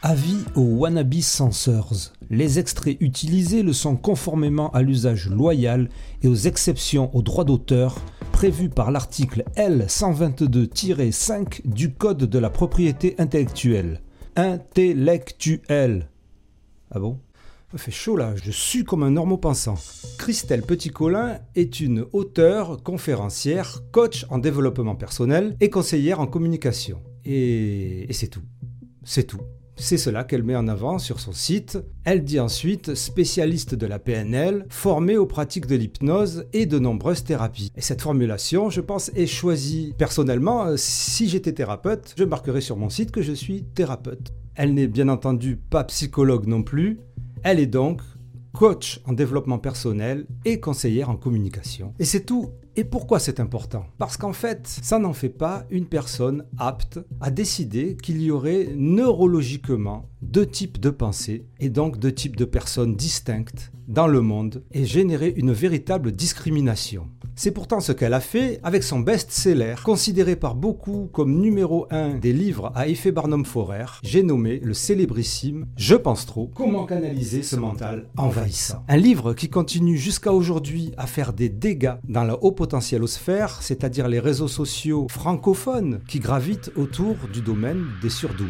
Avis aux wannabe censeurs. Les extraits utilisés le sont conformément à l'usage loyal et aux exceptions aux droits d'auteur prévus par l'article L122-5 du Code de la propriété intellectuelle. Intellectuelle. Ah bon ? Ça fait chaud là, je sue comme un normopensant. Christelle Petit-Colin est une auteure, conférencière, coach en développement personnel et conseillère en communication. Et c'est tout. C'est tout. C'est cela qu'elle met en avant sur son site. Elle dit ensuite spécialiste de la PNL, formée aux pratiques de l'hypnose et de nombreuses thérapies. Et cette formulation, je pense, est choisie personnellement. Si j'étais thérapeute, je marquerais sur mon site que je suis thérapeute. Elle n'est bien entendu pas psychologue non plus. Elle est donc coach en développement personnel et conseillère en communication. Et c'est tout. Et pourquoi c'est important ? Parce qu'en fait, ça n'en fait pas une personne apte à décider qu'il y aurait neurologiquement deux types de pensées et donc deux types de personnes distinctes dans le monde et générer une véritable discrimination. C'est pourtant ce qu'elle a fait avec son best-seller, considéré par beaucoup comme numéro 1 des livres à effet Barnum-Forer. J'ai nommé le célébrissime « Je pense trop, comment canaliser ce mental envahissant ». Un livre qui continue jusqu'à aujourd'hui à faire des dégâts dans la haute potentielosphère, c'est-à-dire les réseaux sociaux francophones qui gravitent autour du domaine des surdoués.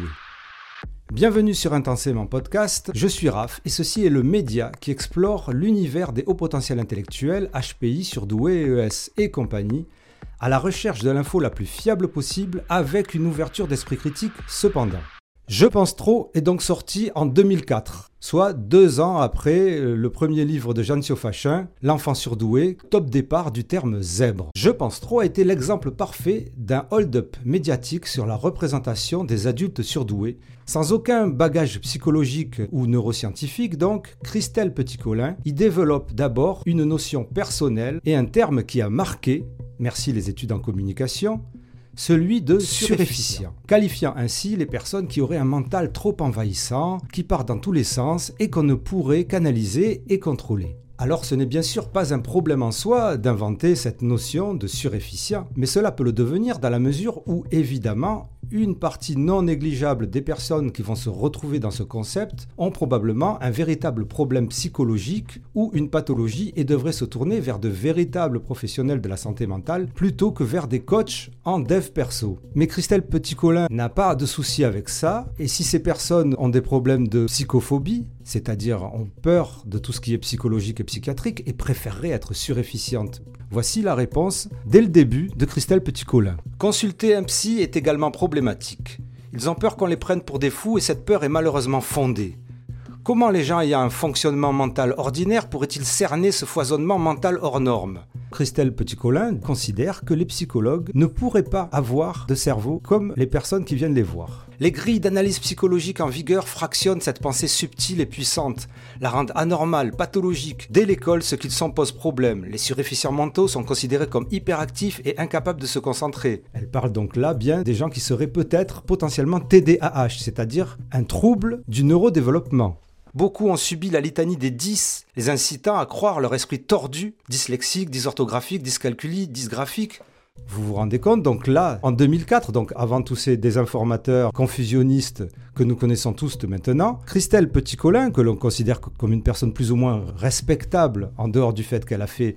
Bienvenue sur Intensément Podcast, je suis Raph et ceci est le média qui explore l'univers des hauts potentiels intellectuels, HPI, surdoués, ES et compagnie, à la recherche de l'info la plus fiable possible avec une ouverture d'esprit critique cependant. Je pense trop est donc sorti en 2004, soit 2 ans après le premier livre de Jean Fachin, L'enfant surdoué, top départ du terme zèbre. Je pense trop a été l'exemple parfait d'un hold-up médiatique sur la représentation des adultes surdoués. Sans aucun bagage psychologique ou neuroscientifique donc, Christelle Petit-Colin y développe d'abord une notion personnelle et un terme qui a marqué, merci les études en communication, celui de surefficient, qualifiant ainsi les personnes qui auraient un mental trop envahissant, qui part dans tous les sens et qu'on ne pourrait canaliser et contrôler. Alors ce n'est bien sûr pas un problème en soi d'inventer cette notion de surefficient, mais cela peut le devenir dans la mesure où, évidemment, une partie non négligeable des personnes qui vont se retrouver dans ce concept ont probablement un véritable problème psychologique ou une pathologie et devraient se tourner vers de véritables professionnels de la santé mentale plutôt que vers des coachs en dev perso. Mais Christelle Petit-Colin n'a pas de souci avec ça, et si ces personnes ont des problèmes de psychophobie, c'est-à-dire ont peur de tout ce qui est psychologique et psychiatrique et préféreraient être surefficientes. Voici la réponse dès le début de Christelle Petit-Colin. Consulter un psy est également problématique. Ils ont peur qu'on les prenne pour des fous et cette peur est malheureusement fondée. Comment les gens ayant un fonctionnement mental ordinaire pourraient-ils cerner ce foisonnement mental hors norme ? Christelle Petit-Colin considère que les psychologues ne pourraient pas avoir de cerveau comme les personnes qui viennent les voir. Les grilles d'analyse psychologique en vigueur fractionnent cette pensée subtile et puissante, la rendent anormale, pathologique. Dès l'école, ce qu'ils sont pose problème. Les surefficients mentaux sont considérés comme hyperactifs et incapables de se concentrer. Elle parle donc là bien des gens qui seraient peut-être potentiellement TDAH, c'est-à-dire un trouble du neurodéveloppement. Beaucoup ont subi la litanie des 10, les incitant à croire leur esprit tordu, dyslexique, dysorthographique, dyscalculie, dysgraphique. Vous vous rendez compte, donc là, en 2004, donc avant tous ces désinformateurs confusionnistes que nous connaissons tous maintenant, Christelle Petit-Colin, que l'on considère comme une personne plus ou moins respectable en dehors du fait qu'elle a fait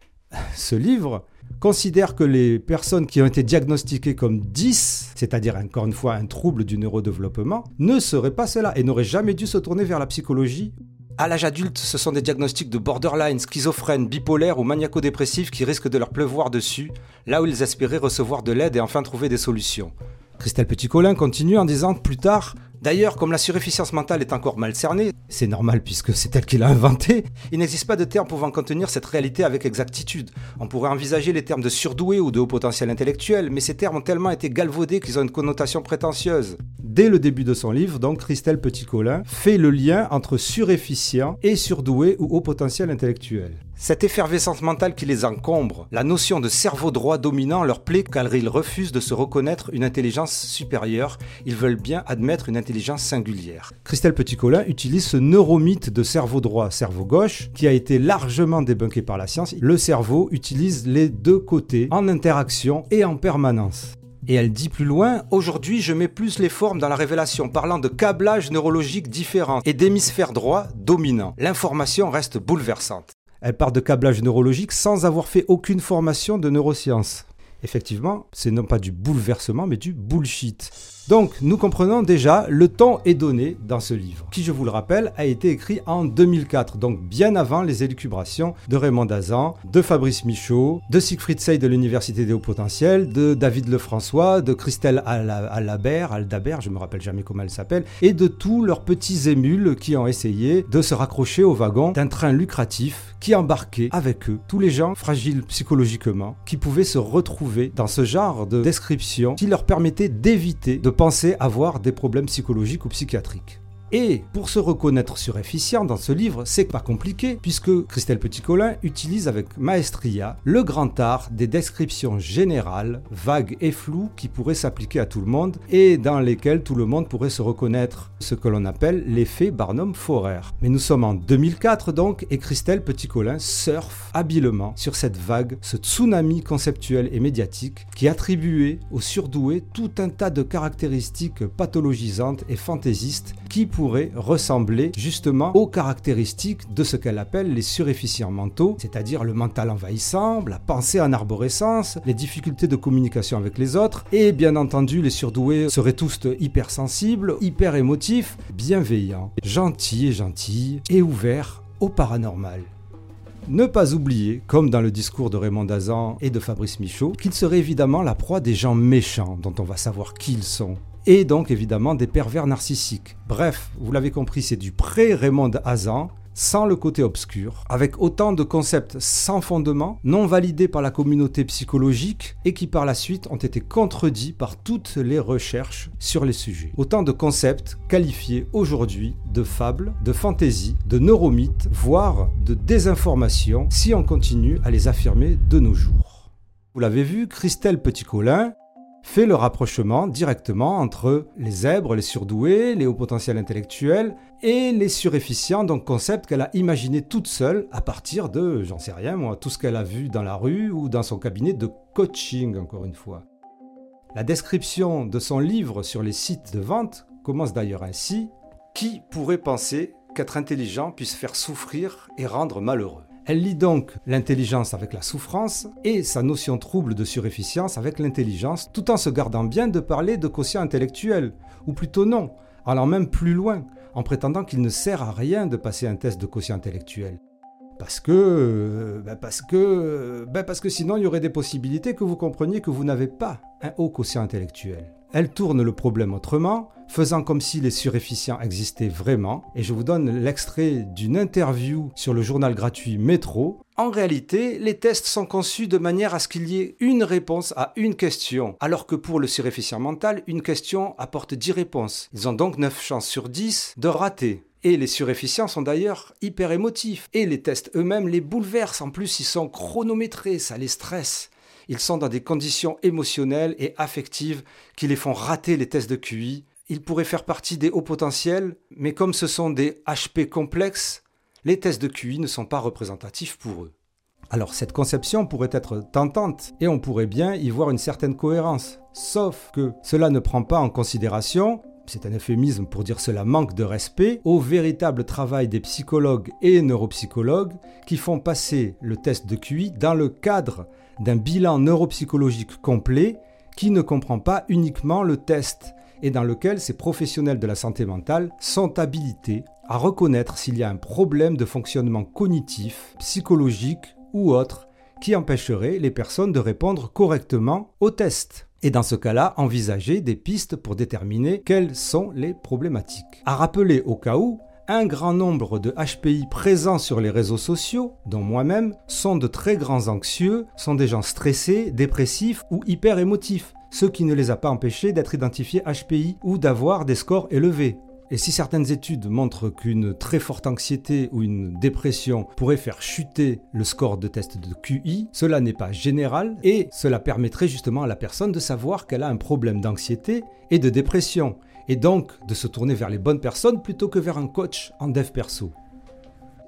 ce livre, considère que les personnes qui ont été diagnostiquées comme 10, c'est-à-dire encore une fois un trouble du neurodéveloppement, ne seraient pas cela et n'auraient jamais dû se tourner vers la psychologie. À l'âge adulte, ce sont des diagnostics de borderline, schizophrène, bipolaire ou maniaco-dépressif qui risquent de leur pleuvoir dessus, là où ils espéraient recevoir de l'aide et enfin trouver des solutions. Christelle Petit-Colin continue en disant plus tard « D'ailleurs, comme la surefficience mentale est encore mal cernée, c'est normal puisque c'est elle qui l'a inventée, il n'existe pas de terme pouvant contenir cette réalité avec exactitude. On pourrait envisager les termes de surdoué ou de haut potentiel intellectuel, mais ces termes ont tellement été galvaudés qu'ils ont une connotation prétentieuse. » Dès le début de son livre, donc, Christelle Petit-Colin fait le lien entre surefficient et surdoué ou haut potentiel intellectuel. Cette effervescence mentale qui les encombre, la notion de cerveau droit dominant leur plaît car ils refusent de se reconnaître une intelligence supérieure, ils veulent bien admettre une intelligence singulière. Christelle Petit-Colin utilise ce neuromythe de cerveau droit, cerveau gauche, qui a été largement débunké par la science. Le cerveau utilise les deux côtés en interaction et en permanence. Et elle dit plus loin, aujourd'hui je mets plus les formes dans la révélation, parlant de câblage neurologique différent et d'hémisphère droit dominant. L'information reste bouleversante. Elle parle de câblage neurologique sans avoir fait aucune formation de neurosciences. Effectivement, c'est non pas du bouleversement, mais du bullshit. Donc, nous comprenons déjà, le ton est donné dans ce livre, qui, je vous le rappelle, a été écrit en 2004, donc bien avant les élucubrations de Raymond Dazan, de Fabrice Michaud, de Siegfried Sey de l'Université des Hauts Potentiels, de David Lefrançois, de Christelle Aldabert, je me rappelle jamais comment elle s'appelle, et de tous leurs petits émules qui ont essayé de se raccrocher au wagon d'un train lucratif qui embarquait avec eux tous les gens fragiles psychologiquement, qui pouvaient se retrouver dans ce genre de description qui leur permettait d'éviter de penser avoir des problèmes psychologiques ou psychiatriques. Et pour se reconnaître surefficient dans ce livre, c'est pas compliqué, puisque Christelle Petit-Colin utilise avec maestria le grand art des descriptions générales, vagues et floues qui pourraient s'appliquer à tout le monde et dans lesquelles tout le monde pourrait se reconnaître, ce que l'on appelle l'effet Barnum-Forer. Mais nous sommes en 2004 donc, et Christelle Petit-Colin surfe habilement sur cette vague, ce tsunami conceptuel et médiatique qui attribuait aux surdoués tout un tas de caractéristiques pathologisantes et fantaisistes qui pourrait ressembler justement aux caractéristiques de ce qu'elle appelle les surefficients mentaux, c'est-à-dire le mental envahissant, la pensée en arborescence, les difficultés de communication avec les autres, et bien entendu les surdoués seraient tous hypersensibles, hyper émotifs, bienveillants, gentils et ouverts au paranormal. Ne pas oublier, comme dans le discours de Raymond Dazan et de Fabrice Michaud, qu'ils seraient évidemment la proie des gens méchants dont on va savoir qui ils sont. Et donc évidemment des pervers narcissiques. Bref, vous l'avez compris, c'est du pré-Raymond Dazan, sans le côté obscur, avec autant de concepts sans fondement, non validés par la communauté psychologique et qui par la suite ont été contredits par toutes les recherches sur les sujets. Autant de concepts qualifiés aujourd'hui de fables, de fantaisies, de neuromythes, voire de désinformation si on continue à les affirmer de nos jours. Vous l'avez vu, Christelle Petit-Colin fait le rapprochement directement entre les zèbres, les surdoués, les hauts potentiels intellectuels et les surefficients, donc concept qu'elle a imaginé toute seule à partir de, j'en sais rien moi, tout ce qu'elle a vu dans la rue ou dans son cabinet de coaching, encore une fois. La description de son livre sur les sites de vente commence d'ailleurs ainsi. Qui pourrait penser qu'être intelligent puisse faire souffrir et rendre malheureux ? Elle lie donc l'intelligence avec la souffrance et sa notion trouble de surefficience avec l'intelligence, tout en se gardant bien de parler de quotient intellectuel, ou plutôt non, allant même plus loin, en prétendant qu'il ne sert à rien de passer un test de quotient intellectuel. Parce que sinon il y aurait des possibilités que vous compreniez que vous n'avez pas un haut quotient intellectuel. Elle tourne le problème autrement, faisant comme si les surefficients existaient vraiment, et je vous donne l'extrait d'une interview sur le journal gratuit Métro. En réalité, les tests sont conçus de manière à ce qu'il y ait une réponse à une question, alors que pour le surefficient mental, une question apporte 10 réponses. Ils ont donc 9 chances sur 10 de rater. Et les surefficients sont d'ailleurs hyper émotifs, et les tests eux-mêmes les bouleversent, en plus ils sont chronométrés, ça les stresse. Ils sont dans des conditions émotionnelles et affectives qui les font rater les tests de QI. Ils pourraient faire partie des hauts potentiels, mais comme ce sont des HP complexes, les tests de QI ne sont pas représentatifs pour eux. Alors cette conception pourrait être tentante, et on pourrait bien y voir une certaine cohérence. Sauf que cela ne prend pas en considération, c'est un euphémisme pour dire cela manque de respect, au véritable travail des psychologues et neuropsychologues qui font passer le test de QI dans le cadre d'un bilan neuropsychologique complet qui ne comprend pas uniquement le test et dans lequel ces professionnels de la santé mentale sont habilités à reconnaître s'il y a un problème de fonctionnement cognitif, psychologique ou autre qui empêcherait les personnes de répondre correctement au test. Et dans ce cas-là, envisager des pistes pour déterminer quelles sont les problématiques. À rappeler au cas où, un grand nombre de HPI présents sur les réseaux sociaux, dont moi-même, sont de très grands anxieux, sont des gens stressés, dépressifs ou hyper émotifs, ce qui ne les a pas empêchés d'être identifiés HPI ou d'avoir des scores élevés. Et si certaines études montrent qu'une très forte anxiété ou une dépression pourrait faire chuter le score de test de QI, cela n'est pas général et cela permettrait justement à la personne de savoir qu'elle a un problème d'anxiété et de dépression, et donc de se tourner vers les bonnes personnes plutôt que vers un coach en dev perso.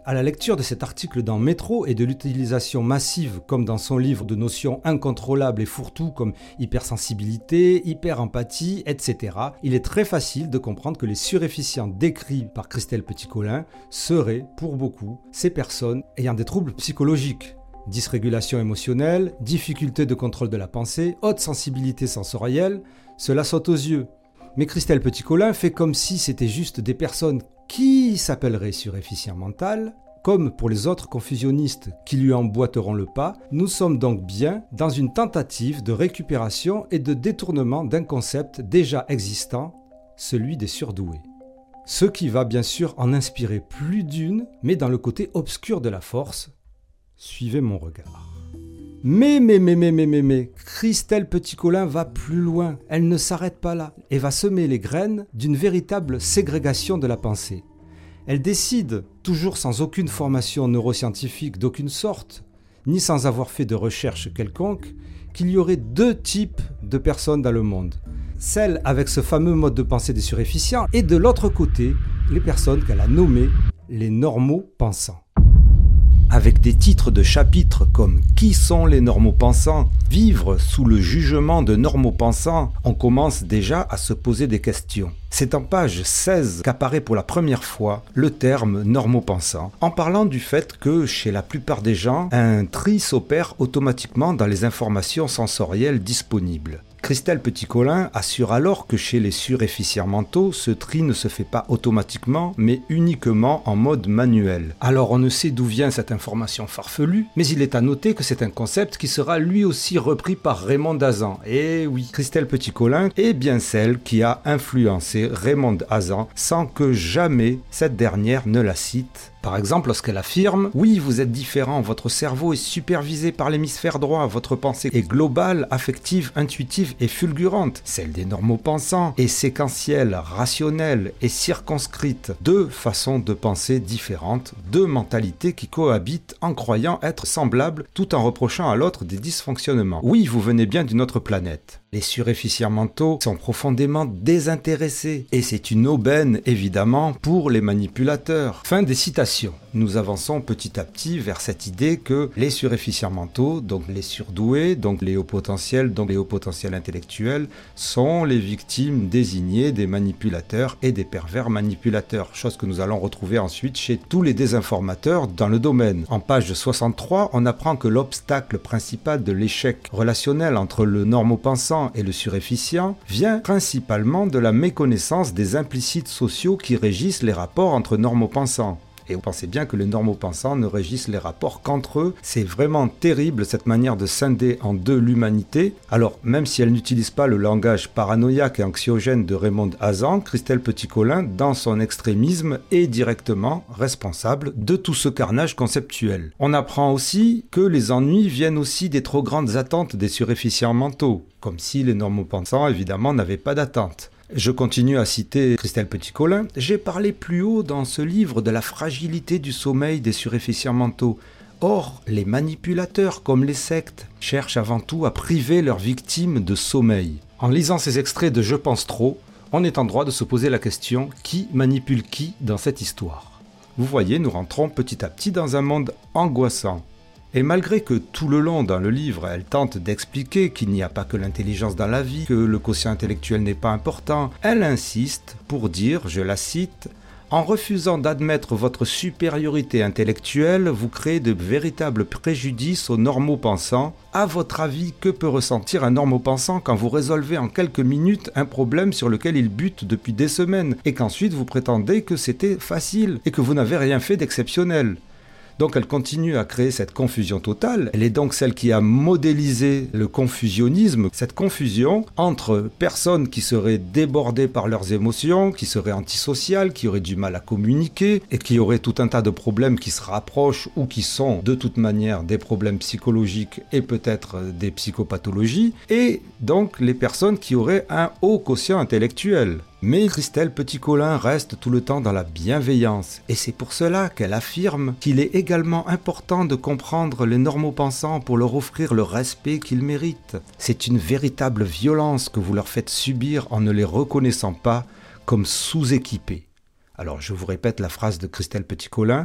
À la lecture de cet article dans Métro et de l'utilisation massive, comme dans son livre, de notions incontrôlables et fourre-tout comme hypersensibilité, hyperempathie, etc., il est très facile de comprendre que les suréfficients décrits par Christelle Petit-Colin seraient, pour beaucoup, ces personnes ayant des troubles psychologiques. Dysrégulation émotionnelle, difficulté de contrôle de la pensée, haute sensibilité sensorielle, cela saute aux yeux. Mais Christelle Petit-Colin fait comme si c'était juste des personnes qui s'appelleraient suréfficients mental. Comme pour les autres confusionnistes qui lui emboîteront le pas, nous sommes donc bien dans une tentative de récupération et de détournement d'un concept déjà existant, celui des surdoués. Ce qui va bien sûr en inspirer plus d'une, mais dans le côté obscur de la force. Suivez mon regard. Mais, Christelle Petit-Colin va plus loin, elle ne s'arrête pas là, et va semer les graines d'une véritable ségrégation de la pensée. Elle décide, toujours sans aucune formation neuroscientifique d'aucune sorte, ni sans avoir fait de recherche quelconque, qu'il y aurait deux types de personnes dans le monde. Celles avec ce fameux mode de pensée des suréfficients, et de l'autre côté, les personnes qu'elle a nommées les normaux pensants. Avec des titres de chapitres comme « Qui sont les normaux pensants ? Vivre sous le jugement de normaux pensants ?» on commence déjà à se poser des questions. C'est en page 16 qu'apparaît pour la première fois le terme « normaux pensants » en parlant du fait que, chez la plupart des gens, un tri s'opère automatiquement dans les informations sensorielles disponibles. Christelle Petit-Colin assure alors que chez les suréfficients mentaux, ce tri ne se fait pas automatiquement, mais uniquement en mode manuel. Alors on ne sait d'où vient cette information farfelue, mais il est à noter que c'est un concept qui sera lui aussi repris par Raymond Dazan. Et oui, Christelle Petit-Colin est bien celle qui a influencé Raymond Dazan sans que jamais cette dernière ne la cite. Par exemple, lorsqu'elle affirme « Oui, vous êtes différent, votre cerveau est supervisé par l'hémisphère droit, votre pensée est globale, affective, intuitive et fulgurante. Celle des normaux pensants est séquentielle, rationnelle et circonscrite. Deux façons de penser différentes, deux mentalités qui cohabitent en croyant être semblables tout en reprochant à l'autre des dysfonctionnements. Oui, vous venez bien d'une autre planète. » Les suréfficients mentaux sont profondément désintéressés et c'est une aubaine évidemment pour les manipulateurs. Fin des citations. Nous avançons petit à petit vers cette idée que les suréfficients mentaux, donc les surdoués, donc les hauts potentiels, donc les hauts potentiels intellectuels, sont les victimes désignées des manipulateurs et des pervers manipulateurs, chose que nous allons retrouver ensuite chez tous les désinformateurs dans le domaine. En page 63, on apprend que l'obstacle principal de l'échec relationnel entre le normopensant et le suréfficient vient principalement de la méconnaissance des implicites sociaux qui régissent les rapports entre normopensants. Et vous pensez bien que les normopensants ne régissent les rapports qu'entre eux. C'est vraiment terrible cette manière de scinder en deux l'humanité. Alors, même si elle n'utilise pas le langage paranoïaque et anxiogène de Raymond Dazan, Christelle Petit-Colin, dans son extrémisme, est directement responsable de tout ce carnage conceptuel. On apprend aussi que les ennuis viennent aussi des trop grandes attentes des suréfficients mentaux, comme si les normopensants, évidemment, n'avaient pas d'attente. Je continue à citer Christelle Petit-Colin. J'ai parlé plus haut dans ce livre de la fragilité du sommeil des suréfficients mentaux. Or, les manipulateurs, comme les sectes, cherchent avant tout à priver leurs victimes de sommeil. En lisant ces extraits de Je pense trop, on est en droit de se poser la question « Qui manipule qui dans cette histoire ?» Vous voyez, nous rentrons petit à petit dans un monde angoissant. Et malgré que tout le long dans le livre, elle tente d'expliquer qu'il n'y a pas que l'intelligence dans la vie, que le quotient intellectuel n'est pas important, elle insiste pour dire, je la cite, « En refusant d'admettre votre supériorité intellectuelle, vous créez de véritables préjudices aux normaux-pensants. À votre avis, que peut ressentir un normaux-pensant quand vous résolvez en quelques minutes un problème sur lequel il bute depuis des semaines et qu'ensuite vous prétendez que c'était facile et que vous n'avez rien fait d'exceptionnel ?» Donc elle continue à créer cette confusion totale. Elle est donc celle qui a modélisé le confusionnisme, cette confusion entre personnes qui seraient débordées par leurs émotions, qui seraient antisociales, qui auraient du mal à communiquer et qui auraient tout un tas de problèmes qui se rapprochent ou qui sont de toute manière des problèmes psychologiques et peut-être des psychopathologies, et donc les personnes qui auraient un haut quotient intellectuel. Mais Christelle Petit-Colin reste tout le temps dans la bienveillance, et c'est pour cela qu'elle affirme qu'il est également important de comprendre les normaux-pensants pour leur offrir le respect qu'ils méritent. C'est une véritable violence que vous leur faites subir en ne les reconnaissant pas comme sous-équipés. Alors je vous répète la phrase de Christelle Petit-Colin,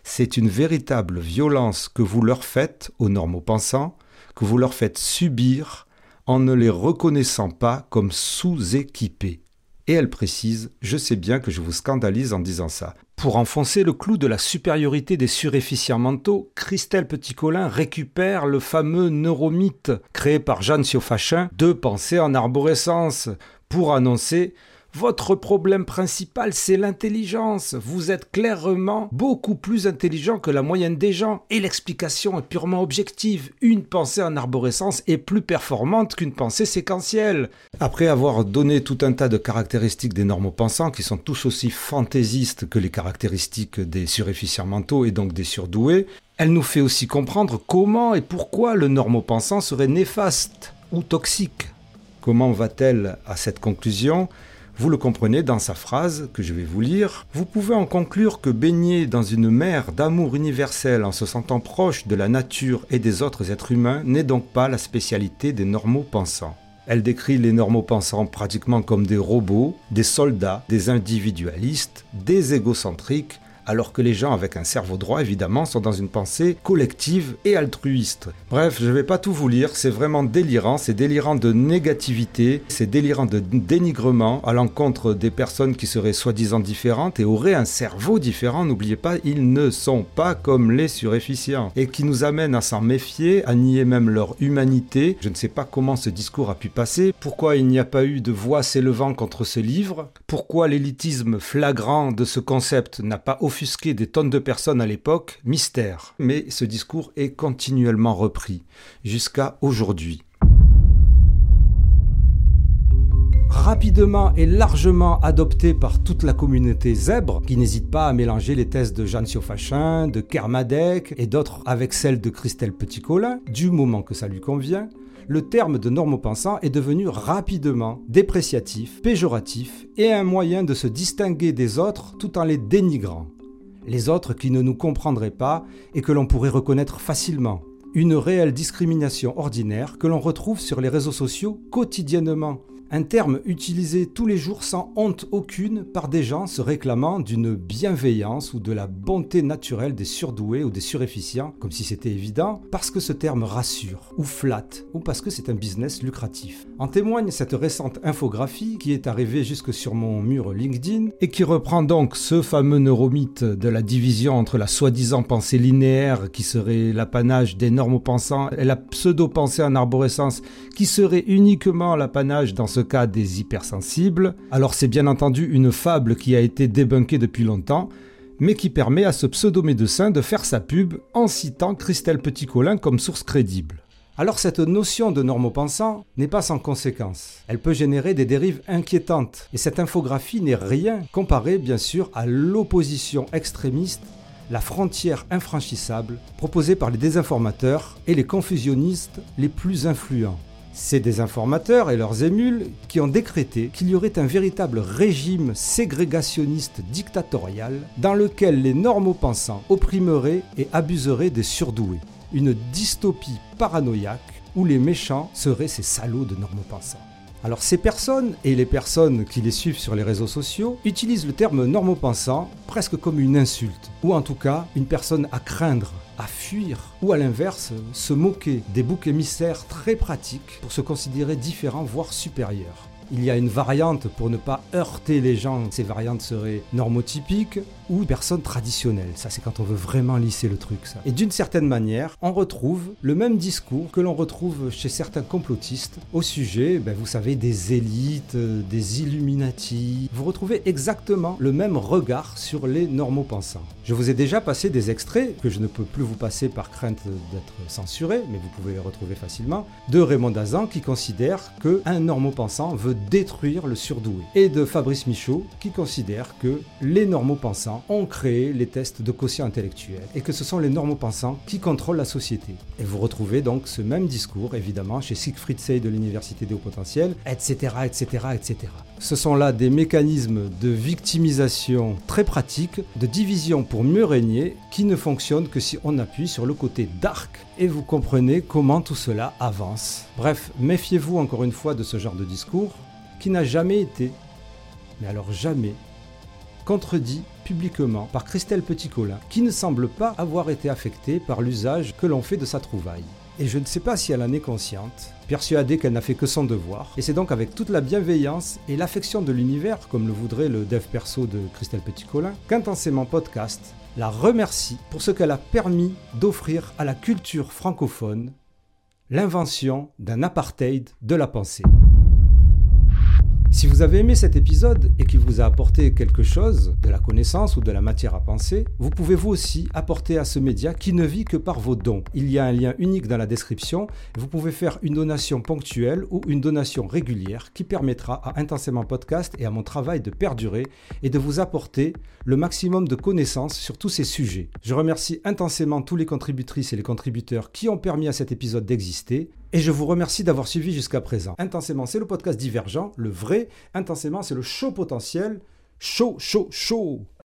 C'est une véritable violence que vous leur faites aux normaux-pensants, que vous leur faites subir en ne les reconnaissant pas comme sous-équipés. Et elle précise, je sais bien que je vous scandalise en disant ça. Pour enfoncer le clou de la supériorité des suréfficients mentaux, Christelle Petit-Colin récupère le fameux neuromythe créé par Jeanne Siofachin de pensée en arborescence pour annoncer « Votre problème principal, c'est l'intelligence. Vous êtes clairement beaucoup plus intelligent que la moyenne des gens. Et l'explication est purement objective. Une pensée en arborescence est plus performante qu'une pensée séquentielle. » Après avoir donné tout un tas de caractéristiques des normaux-pensants qui sont tous aussi fantaisistes que les caractéristiques des suréfficients mentaux et donc des surdoués, elle nous fait aussi comprendre comment et pourquoi le normaux-pensant serait néfaste ou toxique. Comment va-t-elle à cette conclusion ? Vous le comprenez dans sa phrase que je vais vous lire. Vous pouvez en conclure que baigner dans une mer d'amour universel en se sentant proche de la nature et des autres êtres humains n'est donc pas la spécialité des normaux-pensants. Elle décrit les normaux-pensants pratiquement comme des robots, des soldats, des individualistes, des égocentriques, alors que les gens avec un cerveau droit, évidemment, sont dans une pensée collective et altruiste. Bref, je ne vais pas tout vous lire, c'est vraiment délirant, c'est délirant de négativité, c'est délirant de dénigrement à l'encontre des personnes qui seraient soi-disant différentes et auraient un cerveau différent. N'oubliez pas, ils ne sont pas comme les suréfficients et qui nous amènent à s'en méfier, à nier même leur humanité. Je ne sais pas comment ce discours a pu passer, pourquoi il n'y a pas eu de voix s'élevant contre ce livre, pourquoi l'élitisme flagrant de ce concept n'a pas offusqué des tonnes de personnes à l'époque, mystère. Mais ce discours est continuellement repris, jusqu'à aujourd'hui. Rapidement et largement adopté par toute la communauté zèbre, qui n'hésite pas à mélanger les thèses de Jeanne Siofachin, de Kermadec et d'autres avec celles de Christelle Petit-Colin, du moment que ça lui convient, le terme de normaux-pensant est devenu rapidement dépréciatif, péjoratif et un moyen de se distinguer des autres tout en les dénigrant. Les autres qui ne nous comprendraient pas et que l'on pourrait reconnaître facilement. Une réelle discrimination ordinaire que l'on retrouve sur les réseaux sociaux quotidiennement. Un terme utilisé tous les jours sans honte aucune par des gens se réclamant d'une bienveillance ou de la bonté naturelle des surdoués ou des suréfficients, comme si c'était évident, parce que ce terme rassure, ou flatte, ou parce que c'est un business lucratif. En témoigne cette récente infographie qui est arrivée jusque sur mon mur LinkedIn et qui reprend donc ce fameux neuromythe de la division entre la soi-disant pensée linéaire qui serait l'apanage des normaux-pensants et la pseudo-pensée en arborescence qui serait uniquement l'apanage dans ce cas des hypersensibles. Alors c'est bien entendu une fable qui a été débunkée depuis longtemps, mais qui permet à ce pseudo-médecin de faire sa pub en citant Christelle Petit-Colin comme source crédible. Alors cette notion de normaux-pensants n'est pas sans conséquences. Elle peut générer des dérives inquiétantes, et cette infographie n'est rien comparée bien sûr à l'opposition extrémiste, la frontière infranchissable proposée par les désinformateurs et les confusionnistes les plus influents. Ces désinformateurs et leurs émules qui ont décrété qu'il y aurait un véritable régime ségrégationniste dictatorial dans lequel les normaux-pensants opprimeraient et abuseraient des surdoués. Une dystopie paranoïaque où les méchants seraient ces salauds de normaux-pensants. Alors ces personnes, et les personnes qui les suivent sur les réseaux sociaux, utilisent le terme normaux-pensant presque comme une insulte, ou en tout cas une personne à craindre, à fuir, ou à l'inverse, se moquer des boucs émissaires très pratiques pour se considérer différents, voire supérieurs. Il y a une variante pour ne pas heurter les gens, ces variantes seraient normotypiques ou personnes traditionnelles. Ça, c'est quand on veut vraiment lisser le truc, ça. Et d'une certaine manière, on retrouve le même discours que l'on retrouve chez certains complotistes au sujet, vous savez, des élites, des Illuminati. Vous retrouvez exactement le même regard sur les normaux-pensants. Je vous ai déjà passé des extraits, que je ne peux plus vous passer par crainte d'être censuré, mais vous pouvez les retrouver facilement, de Raymond Dazan qui considère qu'un normaux-pensant veut détruire le surdoué, et de Fabrice Michaud qui considère que les normaux-pensants ont créé les tests de quotient intellectuel et que ce sont les normaux-pensants qui contrôlent la société. Et vous retrouvez donc ce même discours, évidemment, chez Siegfried Sey de l'Université des Hauts Potentiels, etc., etc., etc. Ce sont là des mécanismes de victimisation très pratiques, de division pour mieux régner, qui ne fonctionnent que si on appuie sur le côté dark. Et vous comprenez comment tout cela avance. Bref, méfiez-vous encore une fois de ce genre de discours qui n'a jamais été, mais alors jamais, contredit publiquement par Christelle Petit-Colin, qui ne semble pas avoir été affectée par l'usage que l'on fait de sa trouvaille. Et je ne sais pas si elle en est consciente, persuadée qu'elle n'a fait que son devoir, et c'est donc avec toute la bienveillance et l'affection de l'univers, comme le voudrait le dev perso de Christelle Petit-Colin, qu'Intensément Podcast la remercie pour ce qu'elle a permis d'offrir à la culture francophone, l'invention d'un apartheid de la pensée. Si vous avez aimé cet épisode et qu'il vous a apporté quelque chose, de la connaissance ou de la matière à penser, vous pouvez vous aussi apporter à ce média qui ne vit que par vos dons. Il y a un lien unique dans la description. Vous pouvez faire une donation ponctuelle ou une donation régulière qui permettra à Intensément Podcast et à mon travail de perdurer et de vous apporter le maximum de connaissances sur tous ces sujets. Je remercie intensément tous les contributrices et les contributeurs qui ont permis à cet épisode d'exister. Et je vous remercie d'avoir suivi jusqu'à présent. Intensément, c'est le podcast divergent, le vrai. Intensément, c'est le show potentiel. Chaud, chaud, chaud.